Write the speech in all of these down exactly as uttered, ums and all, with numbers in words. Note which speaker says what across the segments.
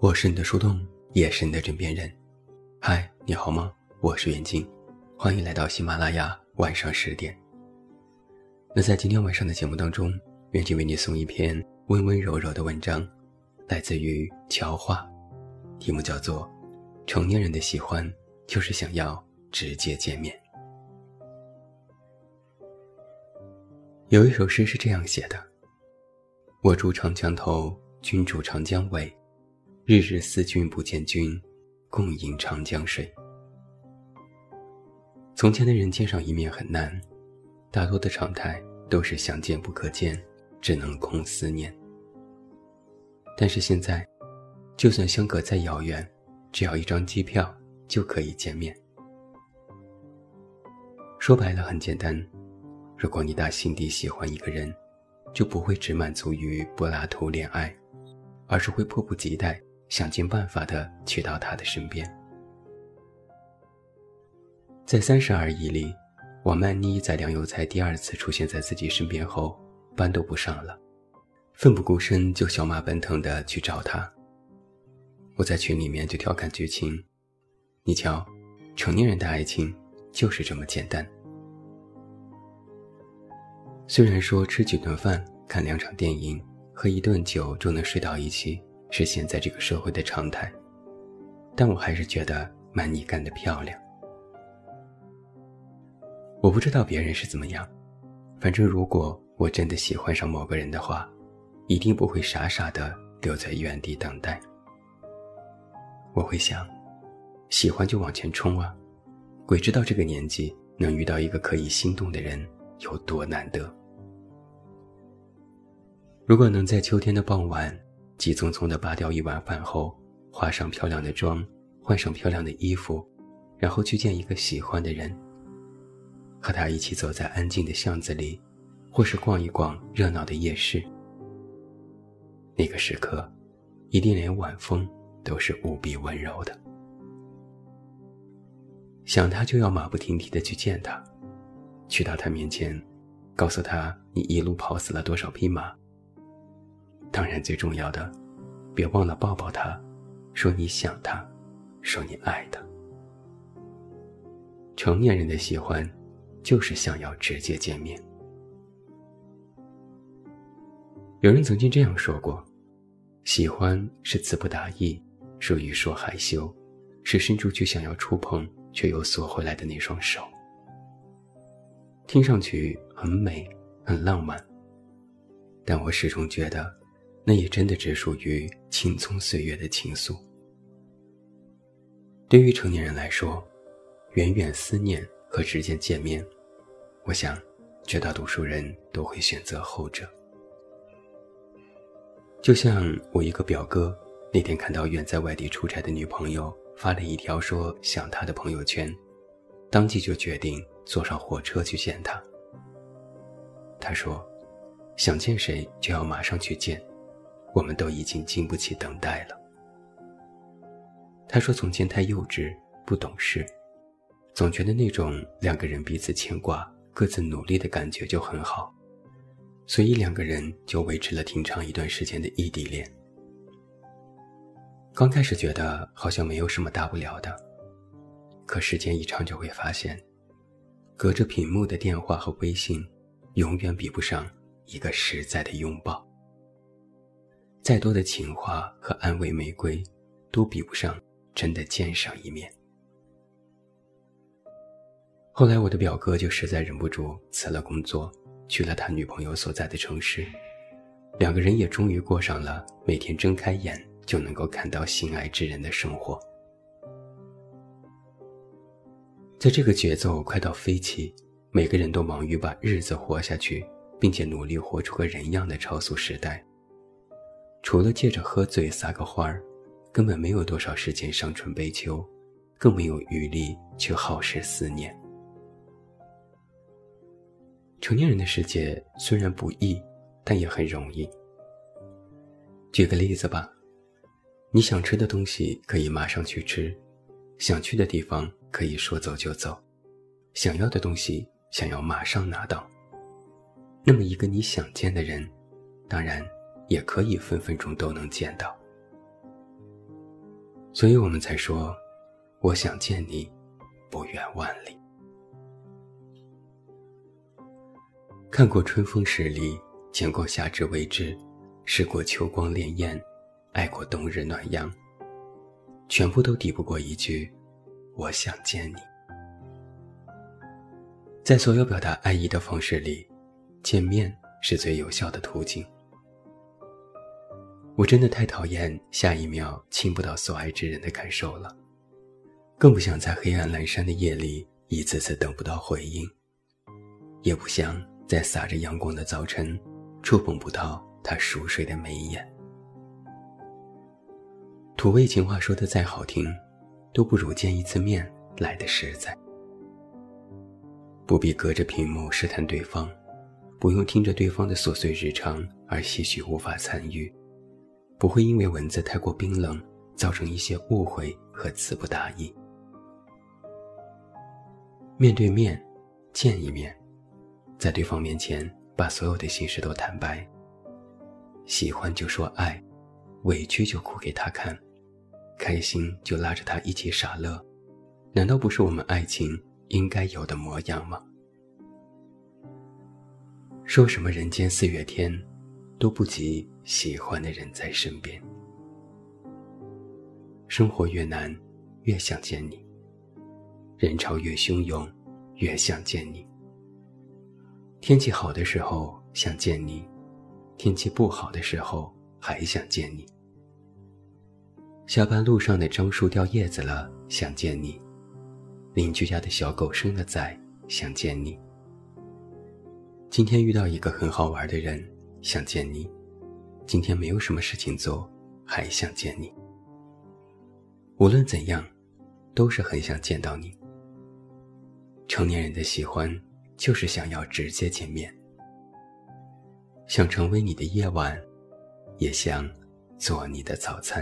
Speaker 1: 我是你的树洞，也是你的枕边人。嗨，你好吗？我是袁静，欢迎来到喜马拉雅晚上十点。那在今天晚上的节目当中，袁静为你送一篇温温柔柔的文章，来自于乔画，题目叫做成年人的喜欢就是想要直接见面。有一首诗是这样写的：我住长江头，君住长江尾，日日思君不见君，共饮长江水。从前的人见上一面很难，大多的常态都是想见不可见，只能空思念。但是现在，就算相隔再遥远，只要一张机票就可以见面。说白了很简单，如果你打心底喜欢一个人，就不会只满足于柏拉图恋爱，而是会迫不及待想尽办法地去到他的身边。在三十而已里，王曼妮在梁有才第二次出现在自己身边后，班都不上了，奋不顾身就小马奔腾地去找他。我在群里面就调侃剧情，你瞧，成年人的爱情就是这么简单。虽然说吃几顿饭、看两场电影、喝一顿酒就能睡到一起是现在这个社会的常态，但我还是觉得曼妮干得漂亮。我不知道别人是怎么样，反正如果我真的喜欢上某个人的话，一定不会傻傻地留在原地等待。我会想，喜欢就往前冲啊，鬼知道这个年纪能遇到一个可以心动的人有多难得。如果能在秋天的傍晚急匆匆地拔掉一碗饭后，化上漂亮的妆，换上漂亮的衣服，然后去见一个喜欢的人，和他一起走在安静的巷子里，或是逛一逛热闹的夜市，那个时刻一定连晚风都是无比温柔的。想他就要马不停蹄地去见他，去到他面前，告诉他你一路跑死了多少匹马。当然最重要的，别忘了抱抱他，说你想他，说你爱他。成年人的喜欢就是想要直接见面。有人曾经这样说过，喜欢是词不达意，属于说害羞，是伸出去想要触碰却又缩回来的那双手。听上去很美很浪漫，但我始终觉得那也真的只属于青葱岁月的情愫。对于成年人来说，远远思念和直接见面，我想绝大多数人都会选择后者。就像我一个表哥那天看到远在外地出差的女朋友发了一条说想他的朋友圈，当即就决定坐上火车去见他。他说想见谁就要马上去见，我们都已经经不起等待了。他说从前太幼稚不懂事，总觉得那种两个人彼此牵挂各自努力的感觉就很好，所以两个人就维持了挺长一段时间的异地恋。刚开始觉得好像没有什么大不了的，可时间一长就会发现，隔着屏幕的电话和微信永远比不上一个实在的拥抱，再多的情话和安慰玫瑰都比不上真的见上一面。后来我的表哥就实在忍不住辞了工作，去了他女朋友所在的城市，两个人也终于过上了每天睁开眼就能够看到心爱之人的生活。在这个节奏快到飞起，每个人都忙于把日子活下去，并且努力活出个人样的超速时代，除了借着喝醉撒个欢儿，根本没有多少时间伤春悲秋，更没有余力去耗时思念。成年人的世界虽然不易，但也很容易。举个例子吧，你想吃的东西可以马上去吃，想去的地方可以说走就走，想要的东西想要马上拿到。那么一个你想见的人，当然也可以分分钟都能见到。 所以我们才说，我想见你，不远万里。看过春风十里，见过夏至未至，试过秋光潋滟，爱过冬日暖阳，全部都抵不过一句我想见你。在所有表达爱意的方式里，见面是最有效的途径。我真的太讨厌下一秒亲不到所爱之人的感受了，更不想在黑暗阑珊的夜里一次次等不到回应，也不想在洒着阳光的早晨触碰不到他熟睡的眉眼。土味情话说得再好听，都不如见一次面来得实在。不必隔着屏幕试探对方，不用听着对方的琐碎日常而唏嘘无法参与，不会因为文字太过冰冷造成一些误会和词不达意。面对面见一面，在对方面前把所有的心事都坦白，喜欢就说爱，委屈就哭给他看，开心就拉着他一起傻乐，难道不是我们爱情应该有的模样吗？说什么人间四月天，都不及喜欢的人在身边。生活越难，越想见你；人潮越汹涌，越想见你。天气好的时候想见你，天气不好的时候还想见你。下班路上的樟树掉叶子了，想见你；邻居家的小狗生了崽，想见你。今天遇到一个很好玩的人，想见你；今天没有什么事情做，还想见你。无论怎样，都是很想见到你。成年人的喜欢，就是想要直接见面，想成为你的夜晚，也想做你的早餐。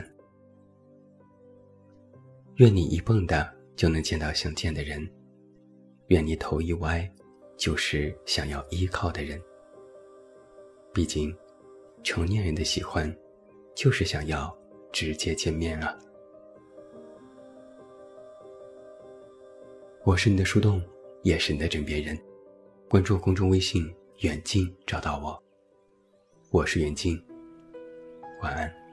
Speaker 1: 愿你一蹦跶就能见到想见的人，愿你头一歪就是想要依靠的人。毕竟成年人的喜欢就是想要直接见面啊。我是你的树洞，也是你的枕边人。关注公众微信远近找到我，我是远近，晚安。